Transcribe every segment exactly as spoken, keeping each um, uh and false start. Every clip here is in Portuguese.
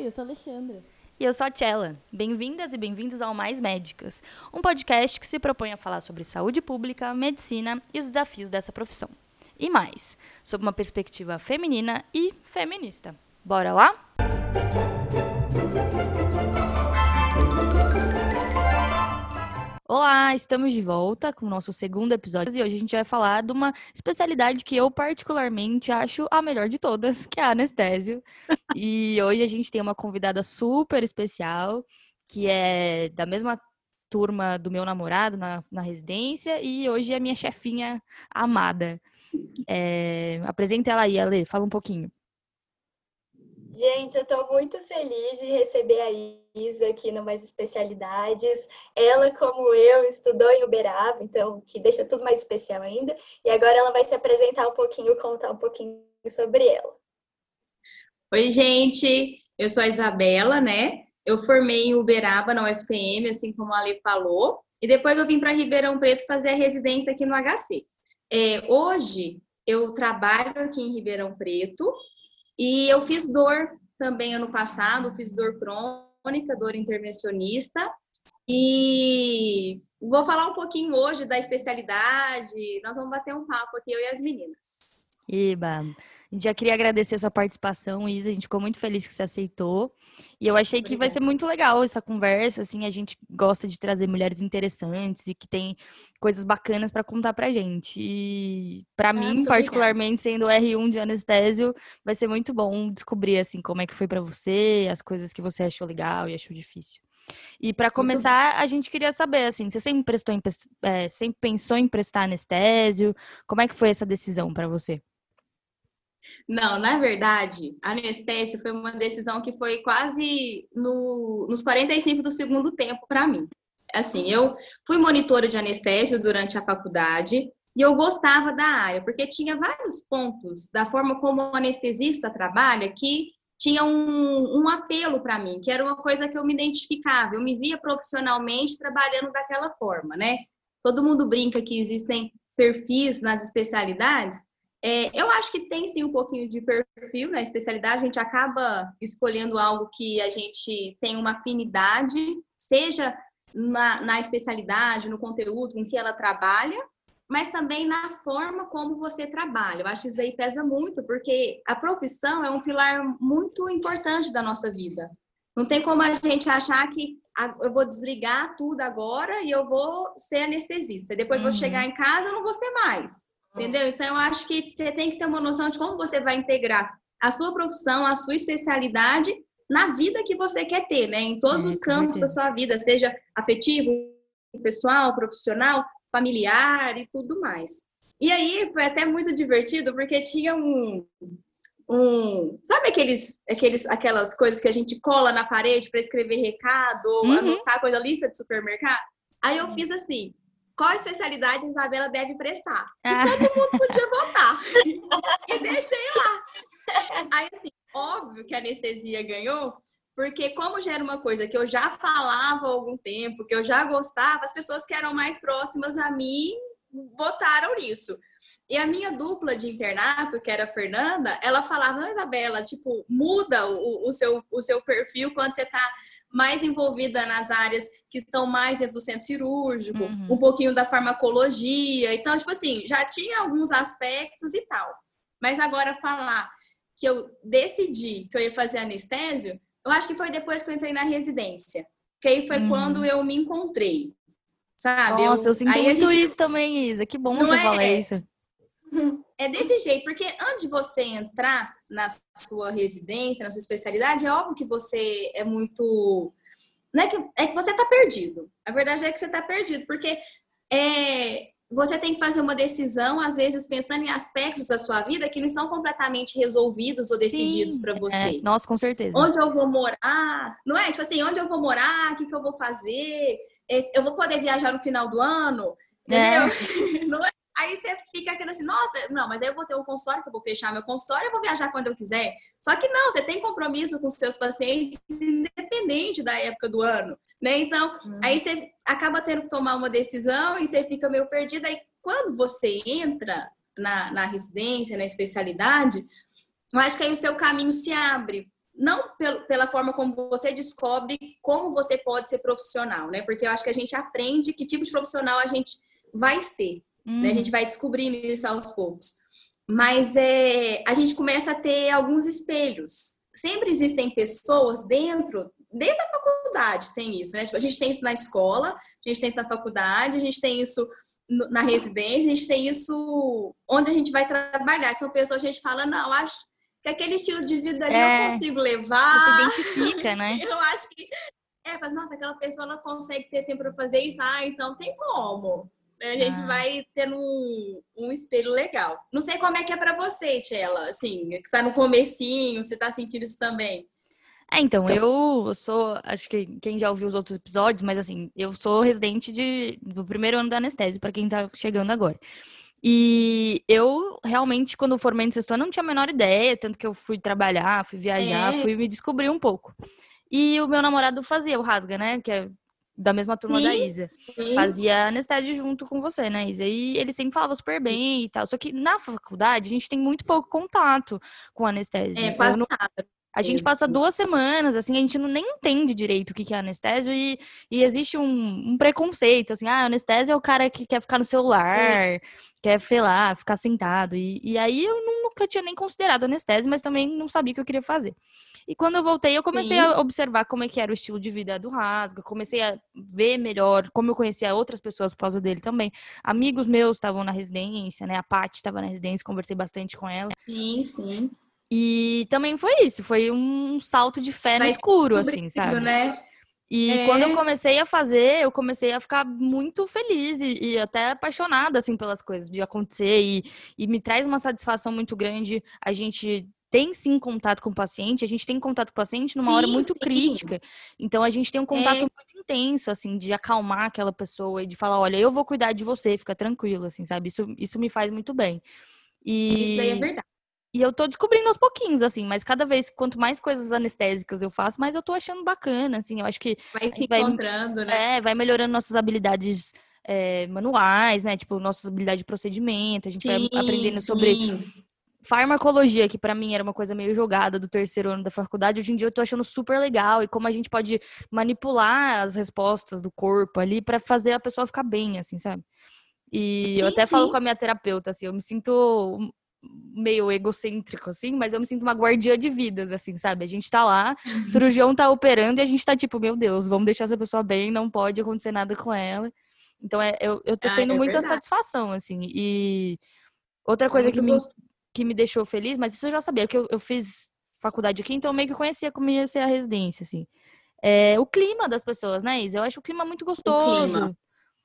eu sou a Alexandra. E eu sou a Tchela. Bem-vindas e bem-vindos ao Mais Médicas, um podcast que se propõe a falar sobre saúde pública, medicina e os desafios dessa profissão. E mais, sob uma perspectiva feminina e feminista. Bora lá? Olá, estamos de volta com o nosso segundo episódio e hoje a gente vai falar de uma especialidade que eu particularmente acho a melhor de todas, que é a anestésio. E hoje a gente tem uma convidada super especial, que é da mesma turma do meu namorado na, na residência e hoje é minha chefinha amada. É, apresenta ela aí, Ale, fala um pouquinho. Gente, eu estou muito feliz de receber a Isa aqui no Mais Especialidades. Ela, como eu, estudou em Uberaba, então que deixa tudo mais especial ainda. E agora ela vai se apresentar um pouquinho, contar um pouquinho sobre ela. Oi, gente. Eu sou a Isabela, né? Eu formei em Uberaba, na U F T M, assim como a Ale falou. E depois eu vim para Ribeirão Preto fazer a residência aqui no H C. É, hoje, eu trabalho aqui em Ribeirão Preto. E eu fiz dor também ano passado, fiz dor crônica, dor intervencionista. E vou falar um pouquinho hoje da especialidade. Nós vamos bater um papo aqui, eu e as meninas. Eba, a gente já queria agradecer a sua participação, Isa. A gente ficou muito feliz que você aceitou. E eu achei que vai ser muito legal essa conversa. Assim, a gente gosta de trazer mulheres interessantes e que tem coisas bacanas para contar pra gente. E para ah, mim, particularmente, sendo R um de anestésio, vai ser muito bom descobrir assim como é que foi para você, as coisas que você achou legal e achou difícil. E para começar, a gente queria saber, assim, você sempre prestou em, é, sempre pensou em prestar anestésio? Como é que foi essa decisão para você? Não, na verdade, a anestésio foi uma decisão que foi quase no, nos quarenta e cinco do segundo tempo para mim. Assim, eu fui monitora de anestésio durante a faculdade e eu gostava da área, porque tinha vários pontos da forma como o anestesista trabalha que tinha um, um apelo para mim, que era uma coisa que eu me identificava, eu me via profissionalmente trabalhando daquela forma, né? Todo mundo brinca que existem perfis nas especialidades. É, eu acho que tem sim um pouquinho de perfil na especialidade, a gente acaba escolhendo algo que a gente tem uma afinidade, seja na, na especialidade, no conteúdo com que ela trabalha, mas também na forma como você trabalha. Eu acho que isso daí pesa muito, porque a profissão é um pilar muito importante da nossa vida. Não tem como a gente achar que eu vou desligar tudo agora e eu vou ser anestesista. Depois uhum. vou chegar em casa, eu não vou ser mais. Entendeu? Então, eu acho que você tem que ter uma noção de como você vai integrar a sua profissão, a sua especialidade na vida que você quer ter, né? Em todos é, os campos da sua vida, seja afetivo, pessoal, profissional, familiar e tudo mais. E aí, foi até muito divertido, porque tinha um... um sabe aqueles, aqueles, aquelas coisas que a gente cola na parede para escrever recado ou uhum. anotar coisa, lista de supermercado? Aí eu fiz assim... Qual especialidade a Isabela deve prestar? E ah. todo mundo podia votar. E deixei lá. Aí, assim, óbvio que a anestesia ganhou, porque como já era uma coisa que eu já falava há algum tempo, que eu já gostava, as pessoas que eram mais próximas a mim votaram nisso. E a minha dupla de internato, que era a Fernanda, ela falava, não, Isabela, tipo, muda o, o, seu, o seu perfil quando você tá mais envolvida nas áreas que estão mais dentro do centro cirúrgico, uhum. um pouquinho da farmacologia. Então, tipo assim, já tinha alguns aspectos e tal. Mas agora falar que eu decidi que eu ia fazer anestésio, eu acho que foi depois que eu entrei na residência. Que aí foi uhum. quando eu me encontrei, sabe? Nossa, eu, eu sinto muito gente... isso também, Isa. Que bom Não você é... falar isso. É desse jeito, porque antes de você entrar na sua residência, na sua especialidade, é óbvio que você é muito... Não é que, é que você tá perdido. A verdade é que você tá perdido, porque é, você tem que fazer uma decisão, às vezes, pensando em aspectos da sua vida que não estão completamente resolvidos ou decididos para você. É, nossa, com certeza. Onde eu vou morar, não é? Tipo assim, onde eu vou morar, o que, que eu vou fazer, eu vou poder viajar no final do ano, entendeu? É. Não é? Aí você fica aquela assim, nossa, não, mas aí eu vou ter um consultório que eu vou fechar meu consultório, eu vou viajar quando eu quiser. Só que não, você tem compromisso com os seus pacientes independente da época do ano, né? Então, hum. aí você acaba tendo que tomar uma decisão e você fica meio perdida. Aí quando você entra na, na residência, na especialidade, eu acho que aí o seu caminho se abre. não pel- pela forma como você descobre como você pode ser profissional, né? Porque eu acho que a gente aprende que tipo de profissional a gente vai ser, né? A gente Uhum. vai descobrindo isso aos poucos. Mas é, a gente começa a ter alguns espelhos. Sempre existem pessoas dentro, desde a faculdade tem isso, né? Tipo, a gente tem isso na escola, a gente tem isso na faculdade, a gente tem isso no- na residência, a gente tem isso onde a gente vai trabalhar, que são pessoas que a gente fala, não, acho que aquele estilo de vida ali eu É, consigo você se levar. identifica, né? Eu acho que é, faz, nossa, aquela pessoa ela consegue ter tempo para fazer isso, ah, então tem como. Né? A gente Ah. vai tendo um, um espelho legal. Não sei como é que é para você, Tchela, assim, que tá no comecinho, você tá sentindo isso também? É, então, eu sou, acho que quem já ouviu os outros episódios, mas assim, eu sou residente de, do primeiro ano da anestésio, pra quem tá chegando agora. E eu realmente, quando eu formei no sexto ano, não tinha a menor ideia, tanto que eu fui trabalhar, fui viajar, É, fui me descobrir um pouco. E o meu namorado fazia o Rasga, né, que é da mesma turma da sim, Isa. sim. Fazia anestésio junto com você, né, Isa? E ele sempre falava super bem e tal. Só que na faculdade a gente tem muito pouco contato com É, anestésio. Eu quase não nada A gente mesmo. passa duas semanas, assim, a gente não nem entende direito o que que é anestésio e, e existe um, um preconceito, assim, ah, anestésio é o cara que quer ficar no É, celular, quer, sei lá, ficar sentado. E, e aí eu nunca tinha nem considerado anestésio, mas também não sabia o que eu queria fazer. E quando eu voltei, eu comecei sim, a observar como é que era o estilo de vida do Rasga, comecei a ver melhor como eu conhecia outras pessoas por causa dele também. Amigos meus estavam na residência, né? A Paty estava na residência, conversei bastante com ela. sim, sim. E também foi isso, foi um salto de fé no Vai escuro, assim, descobrindo, sabe? né? E quando eu É, comecei a fazer, eu comecei a ficar muito feliz e, e até apaixonada, assim, pelas coisas de acontecer. E, e me traz uma satisfação muito grande. A gente tem, sim, contato com o paciente. A gente tem contato com o paciente numa hora sim, muito sim. crítica. Então, a gente tem um contato É, muito intenso, assim, de acalmar aquela pessoa e de falar, olha, eu vou cuidar de você, fica tranquilo, assim, sabe? Isso, isso me faz muito bem. isso daí é E verdade. e eu tô descobrindo aos pouquinhos, assim, mas cada vez, quanto mais coisas anestésicas eu faço, mais eu tô achando bacana, assim. Eu acho que Vai a se gente vai, encontrando, né? é, vai melhorando nossas habilidades é, manuais, né? Tipo, nossas habilidades de procedimento. A gente vai Sim, aprendendo sobre sim. farmacologia, que pra mim era uma coisa meio jogada do terceiro ano da faculdade. Hoje em dia eu tô achando super legal e como a gente pode manipular as respostas do corpo ali pra fazer a pessoa ficar bem, assim, sabe? E eu Sim, até falo sim. com a minha terapeuta, assim, eu me sinto meio egocêntrico, assim, mas eu me sinto uma guardiã de vidas, assim, sabe? A gente tá lá, o cirurgião tá operando e a gente tá tipo, meu Deus, vamos deixar essa pessoa bem, não pode acontecer nada com ela. Então, é, eu, eu tô Ah, tendo é muita verdade. satisfação, assim. E outra É coisa que muito me, gostoso. que me deixou feliz, mas isso eu já sabia, porque eu, eu fiz faculdade aqui, então eu meio que conhecia como ia ser a residência, assim. É o clima das pessoas, né, Isa? Eu acho o clima muito O clima gostoso.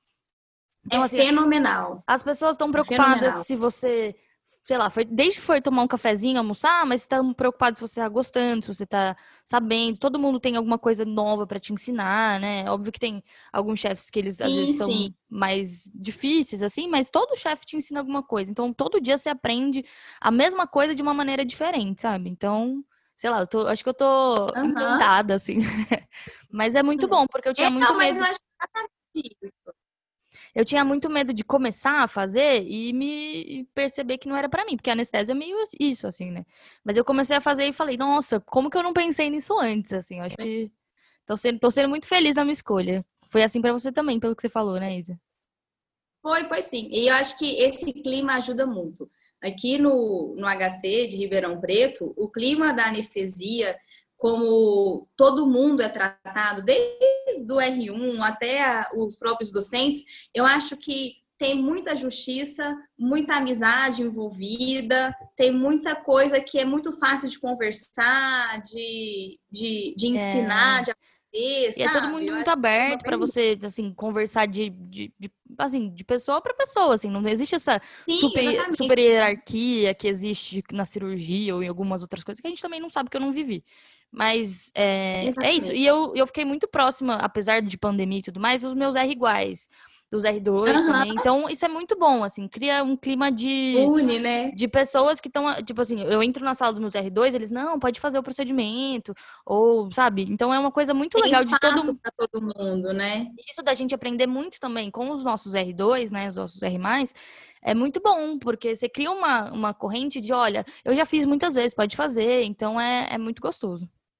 é Então, assim, fenomenal. as pessoas estão É preocupadas fenomenal. se você, sei lá, foi, desde que foi tomar um cafezinho, almoçar, mas estão preocupados se você tá gostando, se você tá sabendo. Todo mundo tem alguma coisa nova pra te ensinar, né? Óbvio que tem alguns chefes que eles às Sim, vezes sim. são mais difíceis, assim, mas todo chefe te ensina alguma coisa. Então, todo dia você aprende a mesma coisa de uma maneira diferente, sabe? Então, sei lá, eu tô- acho que eu tô Aham. encantada, assim. Mas é muito bom, porque eu É, tinha muito não, mas eu medo. acho exatamente isso. Eu tinha muito medo de começar a fazer e me perceber que não era pra mim, porque a anestésia é meio isso, assim, né? Mas eu comecei a fazer e falei, nossa, como que eu não pensei nisso antes, assim? Eu acho que tô sendo, tô sendo muito feliz na minha escolha. Foi assim pra você também, pelo que você falou, né, Isa? Foi, foi sim. E eu acho que esse clima ajuda muito. Aqui no, no H C de Ribeirão Preto, o clima da anestesia, como todo mundo é tratado, desde o R um até a- os próprios docentes, eu acho que tem muita justiça, muita amizade envolvida, tem muita coisa que é muito fácil de conversar, de, de, de ensinar, É... de aprender, E é todo sabe? mundo Eu muito acho que é uma aberto pra bem. você, assim, conversar de, de, de- assim, de pessoa pra pessoa, assim, não existe essa Sim, super, exatamente. super hierarquia que existe na cirurgia ou em algumas outras coisas que a gente também não sabe que eu não vivi. Mas é, é isso. Exatamente. E eu, eu fiquei muito próxima, apesar de pandemia e tudo mais, dos meus R iguais, dos R dois Aham, também. Então, isso é muito bom, assim, cria um clima de une, né? de pessoas que estão, tipo assim, eu entro na sala dos meus R dois, eles, não, pode fazer o procedimento, ou, sabe? Então é uma coisa muito Tem legal de espaço todo. para todo mundo, né? Isso da gente aprender muito também com os nossos R dois, né? Os nossos R mais, é muito bom, porque você cria uma, uma corrente de, olha, eu já fiz muitas vezes, pode fazer, então é, é muito gostoso.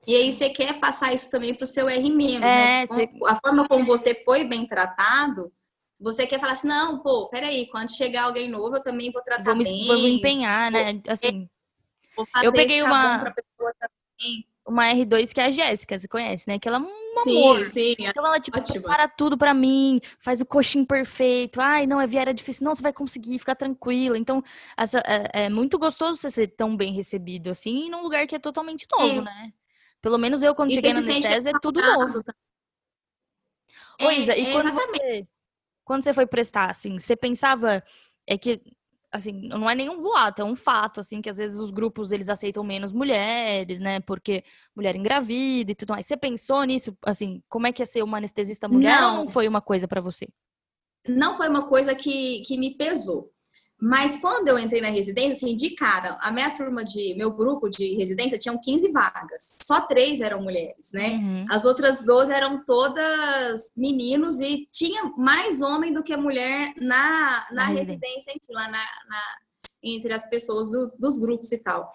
E aí você quer passar isso também para o seu R menos, É, né? você... A forma como você foi bem tratado, você quer falar assim, não, pô, peraí, quando chegar alguém novo, eu também vou vou tratar me, vou bem, empenhar, vou, né? Assim, vou eu fazer peguei ficar bom para uma, a pessoa também. uma R dois que é a Jéssica, você conhece, né? Que ela é um amor. Sim, sim, é Então ela, tipo, ótima. prepara tudo pra mim, faz o coxinho perfeito. Ai, não, é viária difícil. Não, você vai conseguir, fica tranquila. Então, essa, é, é muito gostoso você ser tão bem recebido, assim, num lugar que é totalmente novo, É, né? Pelo menos eu, quando e você cheguei na se sente anestésia, é tudo respaldado. novo. Ô, Isa, e É, é quando exatamente. você, quando você foi prestar, assim, você pensava, é que, assim, não é nenhum boato, é um fato, assim, que às vezes os grupos, eles aceitam menos mulheres, né, porque mulher engravida e tudo mais. Você pensou nisso, assim, como é que é ser uma anestesista mulher ou não Não, foi uma coisa pra você? não foi uma coisa que, que me pesou. Mas quando eu entrei na residência, assim, de cara, a minha turma de, meu grupo de residência tinham quinze vagas. Só três eram mulheres, né? Uhum. As outras doze eram todas meninos e tinha mais homem do que mulher na, Na na residência. residência em si, lá na, na- entre as pessoas do- dos grupos e tal.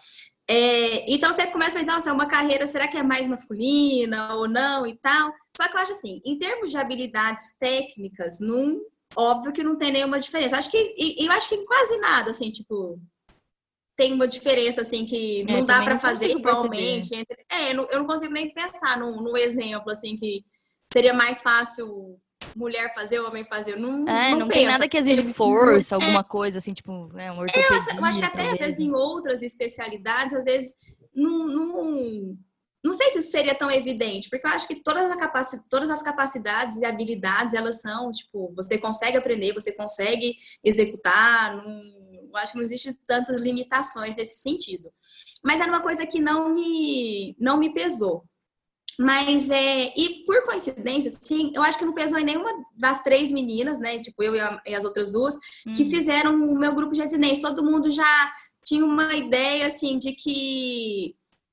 É, então você começa a pensar, nossa, é uma carreira, será que é mais masculina ou não e tal? Só que eu acho assim, em termos de habilidades técnicas, não, óbvio que não tem nenhuma diferença. Acho que, e- eu acho que em quase nada, assim, tipo, tem uma diferença, assim, que É, não dá também para não fazer consigo perceber. igualmente. Entre- é, não- eu não consigo nem pensar num, num exemplo, assim, que seria mais fácil mulher fazer, homem fazer. Eu Não, É, não não tem penso. nada que exige É muito- força, alguma coisa, assim, tipo, né, uma eu acho que ortopedia, até, às talvez, vezes, né? em outras especialidades, às vezes, não, não, não sei se isso seria tão evidente, porque eu acho que todas as, capaci todas as capacidades e habilidades, elas são, tipo, você consegue aprender, você consegue executar, não, eu acho que não existe tantas limitações nesse sentido. Mas era uma coisa que não me, não me pesou. Mas é. E por coincidência, sim, eu acho que não pesou em nenhuma das três meninas, né? Tipo, eu e, a, e as outras duas, que Uhum. fizeram o meu grupo de residência. Todo mundo já tinha uma ideia, assim, de que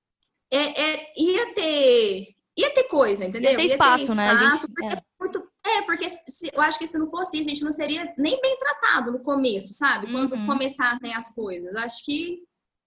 é, é, ia ter. Ia ter coisa, Ia entendeu? ter Ia ter espaço, né? A gente, espaço, porque é, muito. É, porque se, eu acho que se não fosse isso, a gente não seria nem bem tratado no começo, sabe? Quando uhum. começassem as coisas. Eu acho que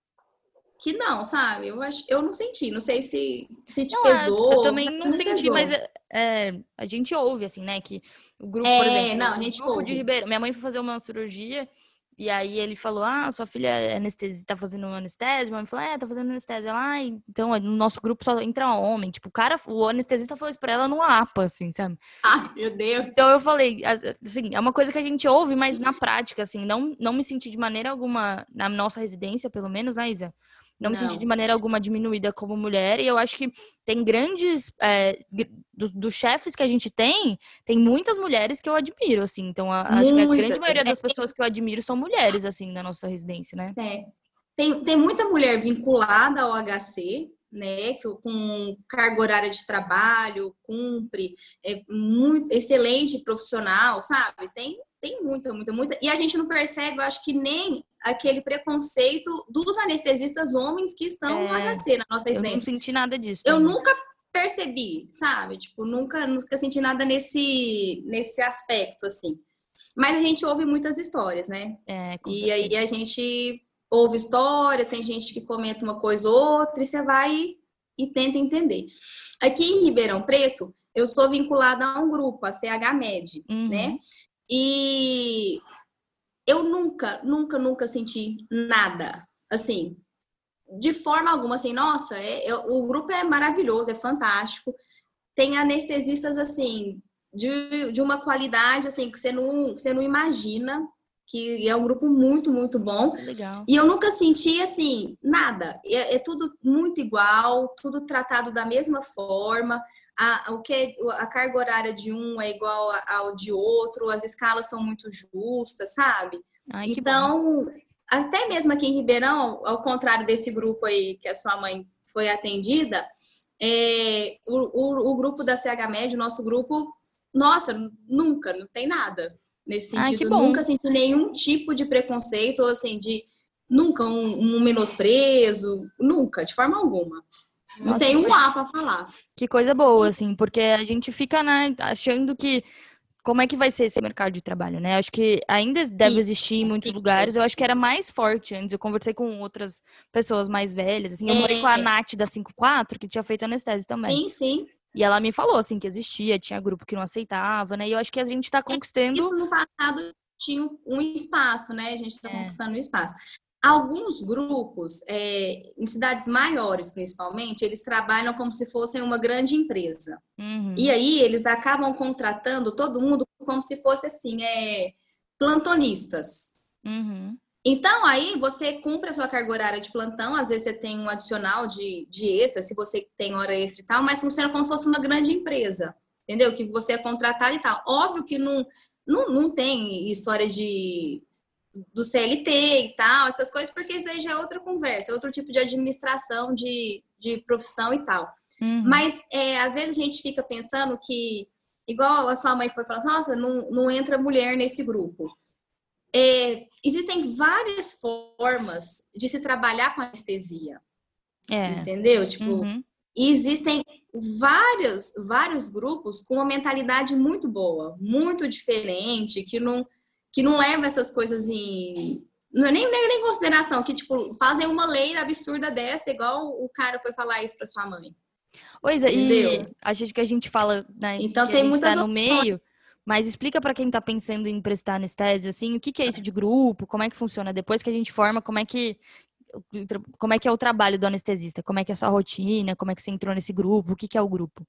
que não, sabe? Eu acho, eu não senti, não sei se se te Não, é, eu pesou, pra também mim não não senti, mas pesou. é, é, a gente ouve, assim, né, que o grupo, por É, exemplo, não, a o gente grupo de ouve. Ribeirão, minha mãe foi fazer uma cirurgia, e aí ele falou, ah, sua filha é anestesia, tá fazendo anestésio? Minha mãe falou, é, tá fazendo anestésio. Ela, ah, então no nosso grupo só entra homem. Tipo, o cara, o anestesista falou isso pra ela no APA, assim, sabe? Ai, meu Deus. Então eu falei, assim, é uma coisa que a gente ouve, mas na prática, assim, não, não me senti de maneira alguma, na nossa residência, pelo menos, né, Isa? Não me senti de Não. maneira alguma diminuída como mulher, e eu acho que tem grandes, é, dos, dos chefes que a gente tem, tem muitas mulheres que eu admiro, assim, então a- acho que a grande Muitas. maioria É, das pessoas que eu admiro são mulheres, assim, na nossa residência, né? é. Tem, tem muita mulher vinculada ao H C, né? Que com carga horária de trabalho, cumpre, é muito excelente profissional, sabe? Tem, tem muita, muita, muita. E a gente não percebe, eu acho que nem aquele preconceito dos anestesistas homens que estão no É, H C, na nossa eu não residência. senti nada disso Eu também. nunca percebi, sabe? Tipo, nunca, nunca senti nada nesse, nesse aspecto, assim. Mas a gente ouve muitas histórias, né? É, com E aí certeza. a gente ouve história, tem gente que comenta uma coisa ou outra, e você vai e, e tenta entender. Aqui em Ribeirão Preto, eu sou vinculada a um grupo, a C H Med, né? Uhum. E eu nunca, nunca, nunca senti nada, assim, de forma alguma, assim, nossa, é, é- o grupo é maravilhoso, é fantástico. Tem anestesistas, assim, de, de uma qualidade, assim, que você não, que você não imagina, que é um grupo muito, muito bom. Que legal. E eu nunca senti, assim, nada. É, é tudo muito igual, tudo tratado da mesma forma. A, o que, a carga horária de um é igual ao de outro, as escalas são muito justas, sabe? Ai, que bom. Então, até mesmo aqui em Ribeirão, ao contrário desse grupo aí que a sua mãe foi atendida, é, o, o, o grupo da C H Med, o nosso grupo, nossa, nunca, não tem nada nesse Ai, que sentido. bom. Nunca senti nenhum tipo de preconceito, ou assim, de nunca um, um menosprezo, nunca, de forma alguma. Não Nossa, tem que um coisa, A para falar. que coisa boa, assim, porque a gente fica, né, achando que como é que vai ser esse mercado de trabalho, né? Acho que ainda deve existir em muitos lugares. Eu acho que era mais forte antes. Eu conversei com outras pessoas mais velhas, assim. Eu morei com a É, Nath da cinco quatro, que tinha feito anestese também. sim, sim. E ela me falou, assim, que existia, tinha grupo que não aceitava, né? E eu acho que a gente tá conquistando... Isso no passado tinha um espaço, né? A gente está É. conquistando um espaço. Alguns grupos, é, em cidades maiores principalmente, eles trabalham como se fossem uma grande empresa. Uhum. E aí eles acabam contratando todo mundo como se fosse assim, é, plantonistas. Uhum. Então, aí você cumpre a sua carga horária de plantão, às vezes você tem um adicional de, de extra, se você tem hora extra e tal, mas funciona como se fosse uma grande empresa, entendeu? Que você é contratado e tal. Óbvio que não, não, não tem história de do C L T e tal, essas coisas, porque isso aí já é outra conversa, é outro tipo de administração de, de profissão e tal. Uhum. Mas, é, às vezes a gente fica pensando que, igual a sua mãe foi falando, nossa, não, não entra mulher nesse grupo. É, existem várias formas de se trabalhar com anestesia, É. entendeu? Tipo, Uhum. e existem vários, vários grupos com uma mentalidade muito boa, muito diferente, que não, que não leva essas coisas em... Não é nem, nem, nem em consideração, que, tipo, fazem uma lei absurda dessa, igual o cara foi falar isso pra sua mãe. Pois é, Entendeu? e a gente que a gente fala, né, Então que a tem gente tá muitas no opções. meio, mas explica pra quem tá pensando em prestar anestésio, assim, o que que é isso de grupo, como é que funciona depois que a gente forma, como é que como é que é o trabalho do anestesista, como é que é a sua rotina, como é que você entrou nesse grupo, o que que é o grupo?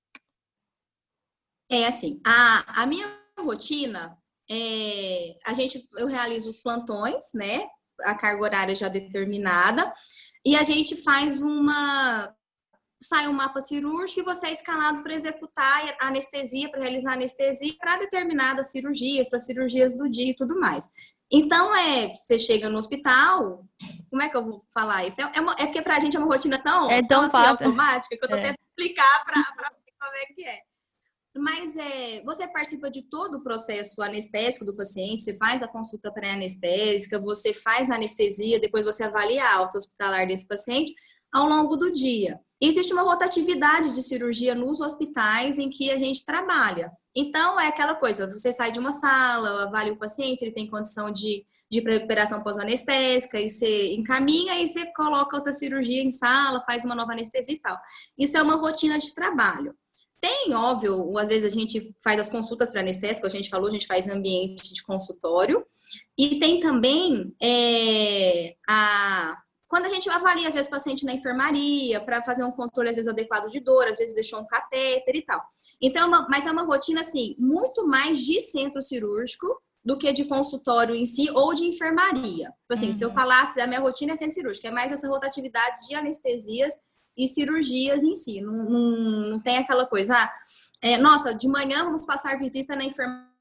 É assim, a, a minha rotina, é, a gente, eu realizo os plantões, né? A carga horária já determinada, e a gente faz uma... Sai um mapa cirúrgico e você é escalado para executar a anestesia, para realizar a anestesia para determinadas cirurgias, para cirurgias do dia e tudo mais. Então, é, você chega no hospital, como é que eu vou falar isso? É, é, uma, é porque para a gente é uma rotina tão, É tão tão assim, fácil. automática que eu tô É. tentando explicar para ver como é que é. Mas é, você participa de todo o processo anestésico do paciente, você faz a consulta pré-anestésica, você faz a anestesia, depois você avalia a alta hospitalar desse paciente ao longo do dia. Existe uma rotatividade de cirurgia nos hospitais em que a gente trabalha. Então, é aquela coisa, você sai de uma sala, avalia o paciente, ele tem condição de, de ir para recuperação pós-anestésica, e você encaminha e você coloca outra cirurgia em sala, faz uma nova anestesia e tal. Isso é uma rotina de trabalho. Tem, óbvio, às vezes a gente faz as consultas para anestésico, a gente falou, a gente faz ambiente de consultório. E tem também é, a... Quando a gente avalia, às vezes, o paciente na enfermaria, para fazer um controle, às vezes, adequado de dor, às vezes deixou um catéter e tal. Então, é uma, mas é uma rotina, assim, muito mais de centro cirúrgico do que de consultório em si ou de enfermaria. Tipo assim, uhum. Se eu falasse, a minha rotina é centro cirúrgico, é mais essa rotatividade de anestesias e cirurgias em si. Não, não, não tem aquela coisa, ah, é, nossa, de manhã vamos passar visita na enfermaria.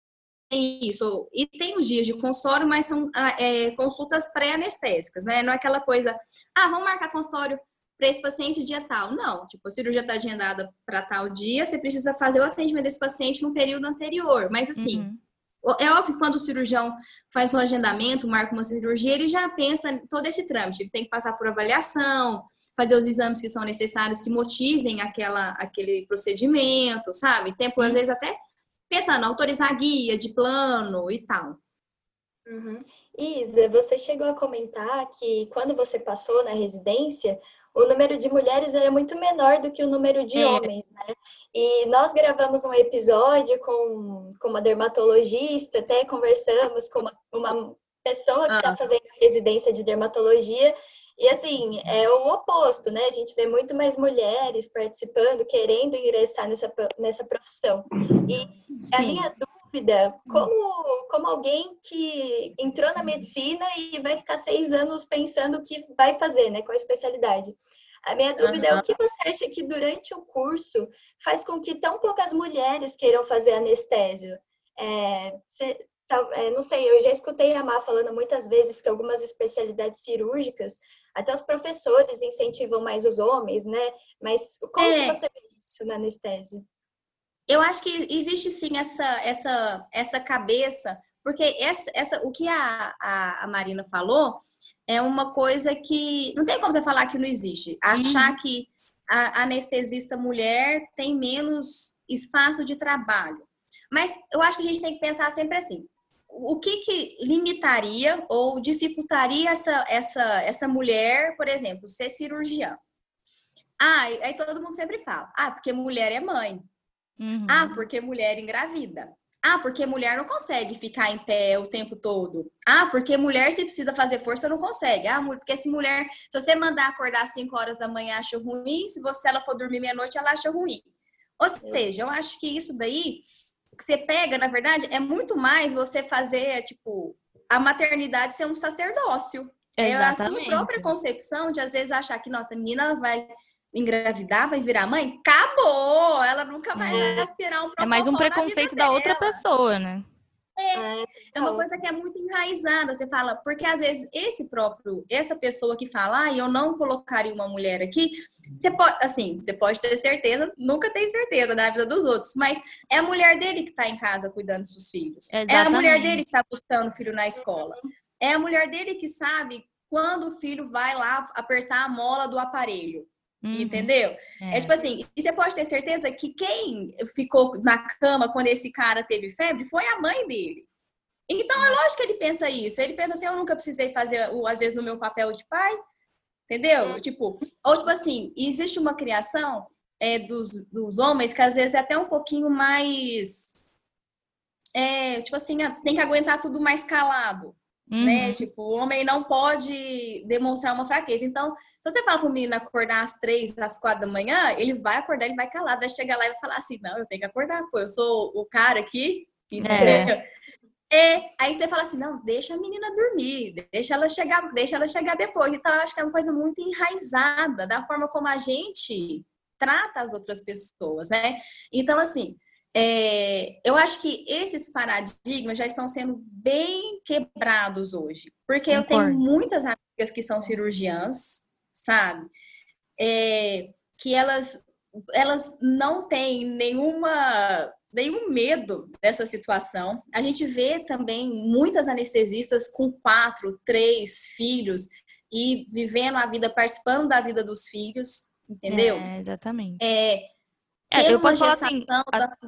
Isso. E tem os dias de consultório, mas são é, consultas pré-anestésicas, né? Não é aquela coisa, ah, vamos marcar consultório para esse paciente dia tal. Não, tipo, a cirurgia está agendada para tal dia, você precisa fazer o atendimento desse paciente no período anterior. Mas assim, uhum. É óbvio que quando o cirurgião faz um agendamento, marca uma cirurgia, ele já pensa em todo esse trâmite. Ele tem que passar por avaliação, fazer os exames que são necessários, que motivem aquela, aquele procedimento, sabe? Tempo, às vezes, até pensando, autorizar guia de plano e tal. Uhum. Isa, você chegou a comentar que quando você passou na residência, o número de mulheres era muito menor do que o número de é. homens, né? E nós gravamos um episódio com, com uma dermatologista, até conversamos com uma, uma pessoa que está ah. fazendo residência de dermatologia. E assim, é o oposto, né? A gente vê muito mais mulheres participando, querendo ingressar nessa, nessa profissão. E Sim. a minha dúvida, como, como alguém que entrou na medicina e vai ficar seis anos pensando o que vai fazer, né? Qual a especialidade? A minha dúvida uhum. é o que você acha que durante o curso faz com que tão poucas mulheres queiram fazer anestésio? É, você, não sei, eu já escutei a Má falando muitas vezes que algumas especialidades cirúrgicas, até os professores incentivam mais os homens, né? Mas como é. que você vê isso na anestesia? Eu acho que existe sim essa, essa, essa cabeça, porque essa, essa, o que a, a, a Marina falou é uma coisa que não tem como você falar que não existe. Achar uhum. que a anestesista mulher tem menos espaço de trabalho. Mas eu acho que a gente tem que pensar sempre assim, o que que limitaria ou dificultaria essa, essa, essa mulher, por exemplo, ser cirurgiã? Ah, aí todo mundo sempre fala, ah, porque mulher é mãe. Uhum. Ah, porque mulher engravida. Ah, porque mulher não consegue ficar em pé o tempo todo. Ah, porque mulher, se precisa fazer força, não consegue. Ah, porque se mulher, se você mandar acordar às cinco horas da manhã, acha ruim. Se você ela for dormir meia-noite, ela acha ruim. Ou seja, eu acho que isso daí que você pega, na verdade, é muito mais você fazer, tipo, a maternidade ser um sacerdócio. É a sua própria concepção de, às vezes, achar que, nossa, a menina vai engravidar, vai virar mãe, acabou! Ela nunca mais É. vai aspirar um propósito. É mais um preconceito da outra pessoa, né? É, é uma coisa que é muito enraizada, você fala, porque às vezes esse próprio, essa pessoa que fala, ah, eu não colocaria uma mulher aqui, você pode, assim, você pode ter certeza, nunca tem certeza da vida dos outros, mas é a mulher dele que está em casa cuidando dos seus filhos. Exatamente. É a mulher dele que está buscando o filho na escola. É a mulher dele que sabe quando o filho vai lá apertar a mola do aparelho. Uhum. Entendeu? É. é tipo assim, e você pode ter certeza que quem ficou na cama quando esse cara teve febre foi a mãe dele. Então, é lógico que ele pensa isso. Ele pensa assim, eu nunca precisei fazer, às vezes, o meu papel de pai. Entendeu? Tipo, ou tipo assim, existe uma criação é, dos, dos homens que às vezes é até um pouquinho mais... É, tipo assim, tem que aguentar tudo mais calado. Uhum. Né? Tipo, o homem não pode demonstrar uma fraqueza. Então, se você fala pro menino acordar às três, às quatro da manhã, ele vai acordar, ele vai calado, vai chegar lá e vai falar assim, não, eu tenho que acordar, pô, eu sou o cara aqui, entendeu? É. É. Aí você fala assim, não, deixa a menina dormir, deixa ela chegar, deixa ela chegar depois. Então, eu acho que é uma coisa muito enraizada da forma como a gente trata as outras pessoas, né? Então, assim, É, eu acho que esses paradigmas já estão sendo bem quebrados hoje. Porque Concordo. Eu tenho muitas amigas que são cirurgiãs, sabe? É, que elas, elas não têm nenhuma, nenhum medo dessa situação. A gente vê também muitas anestesistas com quatro, três filhos e vivendo a vida, participando da vida dos filhos, entendeu? É, exatamente. É, É, eu posso falar assim, da...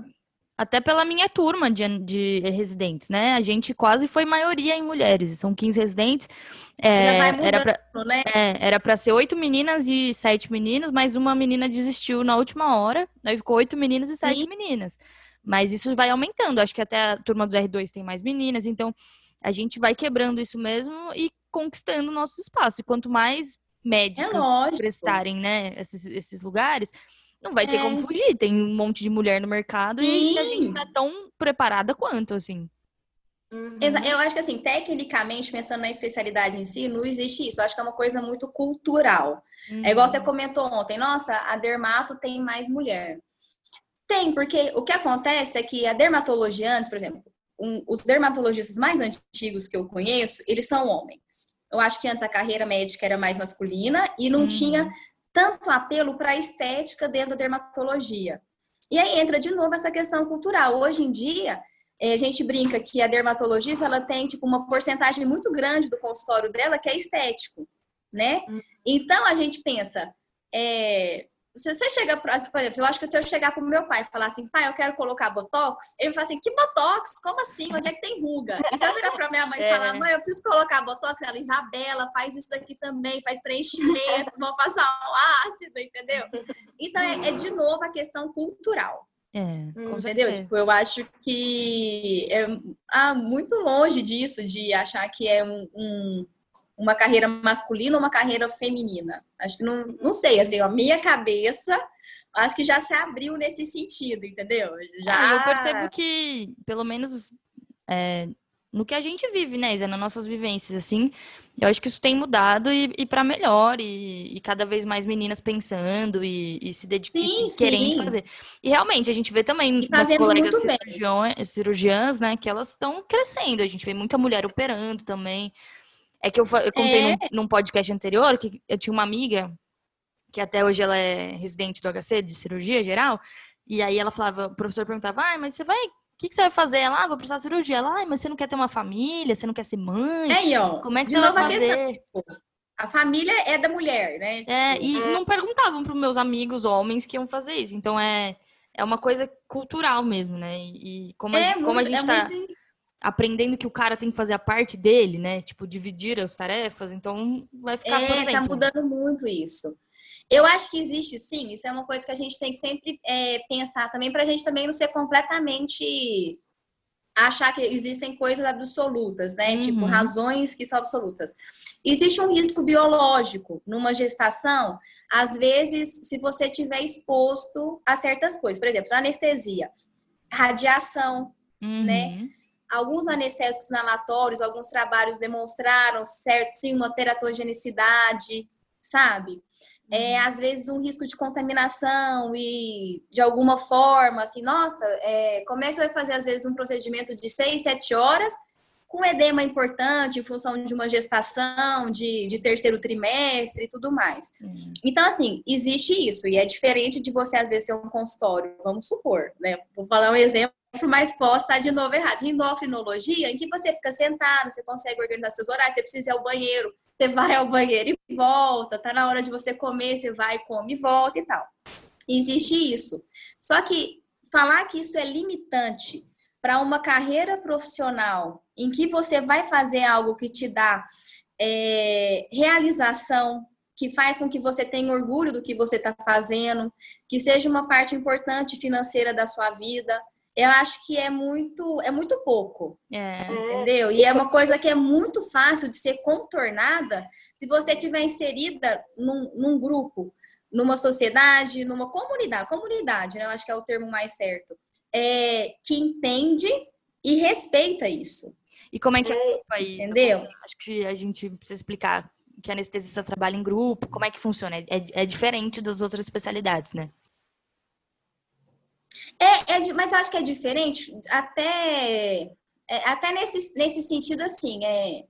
até pela minha turma de, de residentes, né? A gente quase foi maioria em mulheres, são quinze residentes. É, Já vai mudando, era pra, né? É, era pra ser oito meninas e sete meninos, mas uma menina desistiu na última hora, aí ficou oito meninas e sete Sim. meninas. Mas isso vai aumentando, acho que até a turma dos R dois tem mais meninas, então a gente vai quebrando isso mesmo e conquistando o nosso espaço. E quanto mais médicas é prestarem, né, esses, esses lugares, não vai ter é. como fugir. Tem um monte de mulher no mercado Sim. e a gente tá tão preparada quanto, assim. Uhum. Eu acho que, assim, tecnicamente, pensando na especialidade em si, não existe isso. Eu acho que é uma coisa muito cultural. Uhum. É igual você comentou ontem. Nossa, a dermato tem mais mulher. Tem, porque o que acontece é que a dermatologia antes, por exemplo, um, os dermatologistas mais antigos que eu conheço, eles são homens. Eu acho que antes a carreira médica era mais masculina e não uhum. tinha tanto apelo para a estética dentro da dermatologia. E aí entra de novo essa questão cultural. Hoje em dia, a gente brinca que a dermatologista ela tem tipo, uma porcentagem muito grande do consultório dela que é estético, né? Uhum. Então, a gente pensa... É, se você chega, por exemplo, eu acho que se eu chegar pro meu pai e falar assim, pai, eu quero colocar botox, ele fala assim, que botox? Como assim? Onde é que tem ruga? E se eu virar pra minha mãe é. e falar, mãe, eu preciso colocar botox, ela, Isabela, faz isso daqui também, faz preenchimento, vamos passar um ácido, entendeu? Então, é, é de novo a questão cultural. É, entendeu? Tipo, eu acho que é ah, muito longe disso, de achar que é um... um uma carreira masculina ou uma carreira feminina. Acho que não, não sei, assim, a minha cabeça acho que já se abriu nesse sentido, entendeu? Já... É, eu percebo que, pelo menos é, no que a gente vive, né, Isa, nas nossas vivências, assim, eu acho que isso tem mudado e, e para melhor, e, e cada vez mais meninas pensando e, e se dedicando, e querendo sim. fazer. E realmente, a gente vê também e nas colegas cirurgiões, cirurgiãs, né, que elas estão crescendo, a gente vê muita mulher operando também. É que eu, eu contei é. num, num podcast anterior que eu tinha uma amiga, que até hoje ela é residente do H C, de cirurgia geral, e aí ela falava, o professor perguntava, ah, mas você vai, o que, que você vai fazer? Ela, ah, vou precisar de cirurgia. Ela, ah, mas você não quer ter uma família, você não quer ser mãe? É, aí, ó, como é que de você novo vai a fazer? Questão, a família é da mulher, né? É, tipo, e é. não perguntavam para os meus amigos homens que iam fazer isso. Então, é, é uma coisa cultural mesmo, né? E, e como, a, É como a muito, gente é tá muito. aprendendo que o cara tem que fazer a parte dele, né? Tipo, dividir as tarefas, então vai ficar, por É, tá exemplo. mudando muito isso. Eu acho que existe sim, isso é uma coisa que a gente tem que sempre é, pensar também, para a gente também não ser completamente achar que existem coisas absolutas, né? Tipo, Uhum. razões que são absolutas. Existe um risco biológico numa gestação, às vezes, se você tiver exposto a certas coisas. Por exemplo, anestesia, radiação, né? Uhum. Alguns anestésicos inalatórios, alguns trabalhos demonstraram certo, sim, uma teratogenicidade, sabe? É, às vezes um risco de contaminação e de alguma forma, assim, nossa, é, como é que você vai fazer às vezes um procedimento de seis, sete horas com edema importante em função de uma gestação, de, de terceiro trimestre e tudo mais. Uhum. Então, assim, existe isso, e é diferente de você às vezes ter um consultório, vamos supor, né? Vou falar um exemplo, mas posso estar de novo errado. De endocrinologia, em que você fica sentado, você consegue organizar seus horários, você precisa ir ao banheiro, você vai ao banheiro e volta, tá na hora de você comer, você vai, come e volta e tal. Existe isso. Só que falar que isso é limitante para uma carreira profissional em que você vai fazer algo que te dá é, realização, que faz com que você tenha orgulho do que você está fazendo, que seja uma parte importante financeira da sua vida, eu acho que é muito, é muito pouco. É. Entendeu? E é uma coisa que é muito fácil de ser contornada se você estiver inserida num, num grupo, numa sociedade, numa comunidade. Comunidade, né? Eu acho que é o termo mais certo. É, que entende e respeita isso. E como é que é É, o país? Entendeu? Acho que a gente precisa explicar que a anestesista trabalha em grupo, como é que funciona? É, é diferente das outras especialidades, né? É, é, mas acho que é diferente, até, é, até nesse, nesse sentido, assim, é,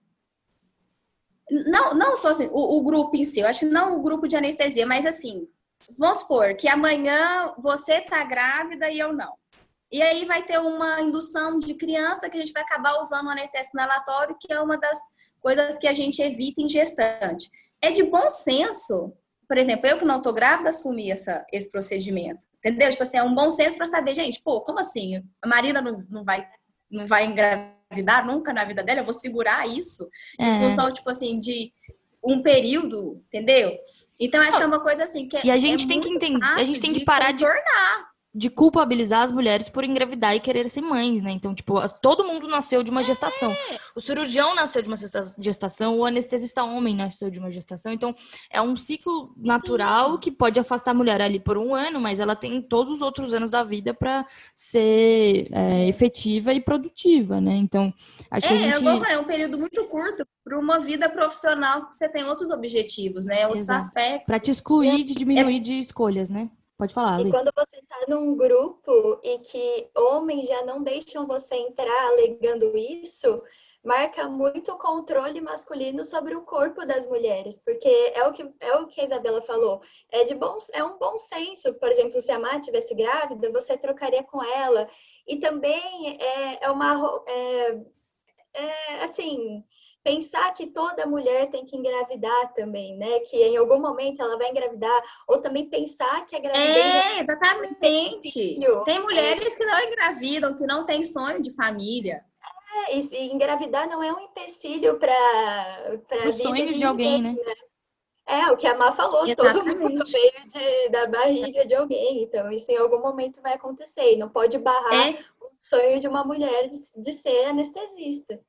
não, não só assim, o, o grupo em si, eu acho que não o grupo de anestesia, mas assim, vamos supor que amanhã você tá grávida e eu não. E aí vai ter uma indução de criança que a gente vai acabar usando o anestésico inalatório, que é uma das coisas que a gente evita em gestante. É de bom senso, por exemplo, eu que não tô grávida, assumir essa, esse procedimento. Entendeu? Tipo assim, é um bom senso para saber, gente, pô, como assim? A Marina não, não, vai, não vai engravidar nunca na vida dela, eu vou segurar isso em É. função, tipo assim, de um período, entendeu? Então, acho que é uma coisa assim, que E a é, é gente tem que muito entender, a gente fácil tem que de parar de contornar. de culpabilizar as mulheres por engravidar e querer ser mães, né? Então, tipo, as- todo mundo nasceu de uma gestação. O cirurgião nasceu de uma gesta- gestação, o anestesista homem nasceu de uma gestação. Então, é um ciclo natural que pode afastar a mulher ali por um ano, mas ela tem todos os outros anos da vida para ser é, efetiva e produtiva, né? Então, acho que a É, igual eu gente. falei, é um período muito curto para uma vida profissional que você tem outros objetivos, né? Outros Exato. Para te aspectos. excluir de É, diminuir de escolhas, né? Pode falar, e Ali. quando você está num grupo e que homens já não deixam você entrar alegando isso, marca muito o controle masculino sobre o corpo das mulheres, porque é o que, é o que a Isabela falou, é, de bom, é um bom senso. Por exemplo, se a Má estivesse grávida, você trocaria com ela. E também é, é uma... É, é, assim, pensar que toda mulher tem que engravidar também, né? Que em algum momento ela vai engravidar, ou também pensar que a gravidez é é, exatamente. filho. Tem mulheres que não engravidam, que não têm sonho de família. É, e, e engravidar não é um empecilho para Para a os vida sonhos de de ninguém. alguém, né? É, o que a Má falou, todo mundo Exatamente. veio de, da barriga de alguém, então isso em algum momento vai acontecer, e não pode barrar É, o sonho de uma mulher de, de ser anestesista.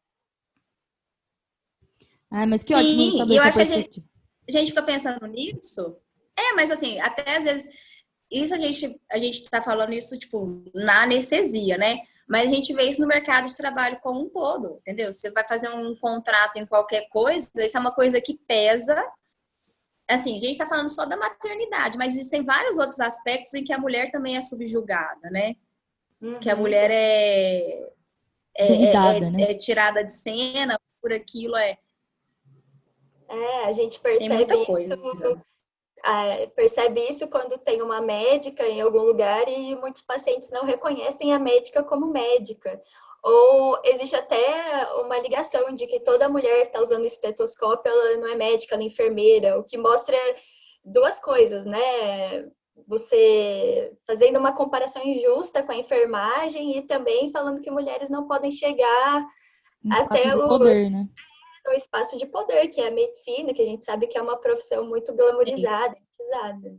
Ah, mas que ótimo sim, e saber eu sua acho que a gente, perspectiva. a gente fica pensando nisso. É, mas assim, até às vezes, isso a gente, a gente tá falando isso, tipo, na anestesia, né? Mas a gente vê isso no mercado de trabalho como um todo, entendeu? Você vai fazer um contrato em qualquer coisa, isso é uma coisa que pesa. Assim, a gente está falando só da maternidade, mas existem vários outros aspectos em que a mulher também é subjugada, né? Que a Uhum. mulher é, é, Duvidada, é, né? é tirada de cena por aquilo, é, É, a gente tem muita percebe isso, coisa. é, percebe isso quando tem uma médica em algum lugar e muitos pacientes não reconhecem a médica como médica. Ou existe até uma ligação de que toda mulher que está usando estetoscópio, ela não é médica, ela é enfermeira, o que mostra duas coisas, né? você fazendo uma comparação injusta com a enfermagem e também falando que mulheres não podem chegar Um até espaço de os, poder, né? o espaço de poder, que é a medicina, que a gente sabe que é uma profissão muito glamourizada, elitizada.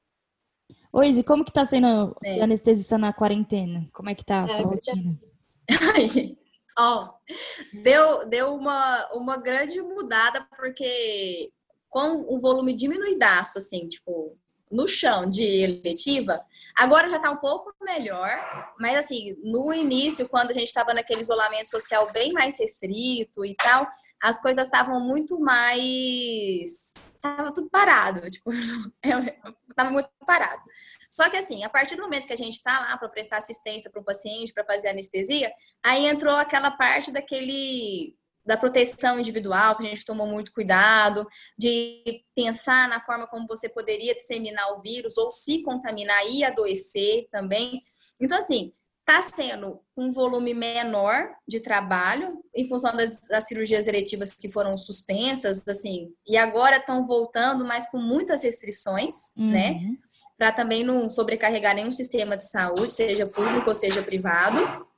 Ô, Izzy, como que tá sendo ser É. anestesista na quarentena? Como é que tá a É sua verdade. rotina? Ai, gente. Ó, deu, deu uma, uma grande mudada, porque com o volume diminuidaço, assim, tipo, no chão de eletiva, agora já tá um pouco melhor, mas assim, no início, quando a gente estava naquele isolamento social bem mais restrito e tal, as coisas estavam muito mais... Tava tudo parado, tipo, tava muito parado. Só que assim, a partir do momento que a gente tá lá para prestar assistência para o paciente, para fazer anestesia, aí entrou aquela parte daquele da proteção individual, que a gente tomou muito cuidado, de pensar na forma como você poderia disseminar o vírus ou se contaminar e adoecer também. Então, assim, está sendo um volume menor de trabalho em função das, das cirurgias eletivas que foram suspensas, assim, e agora estão voltando, mas com muitas restrições, Uhum. né? Para também não sobrecarregar nenhum sistema de saúde, seja público ou seja privado.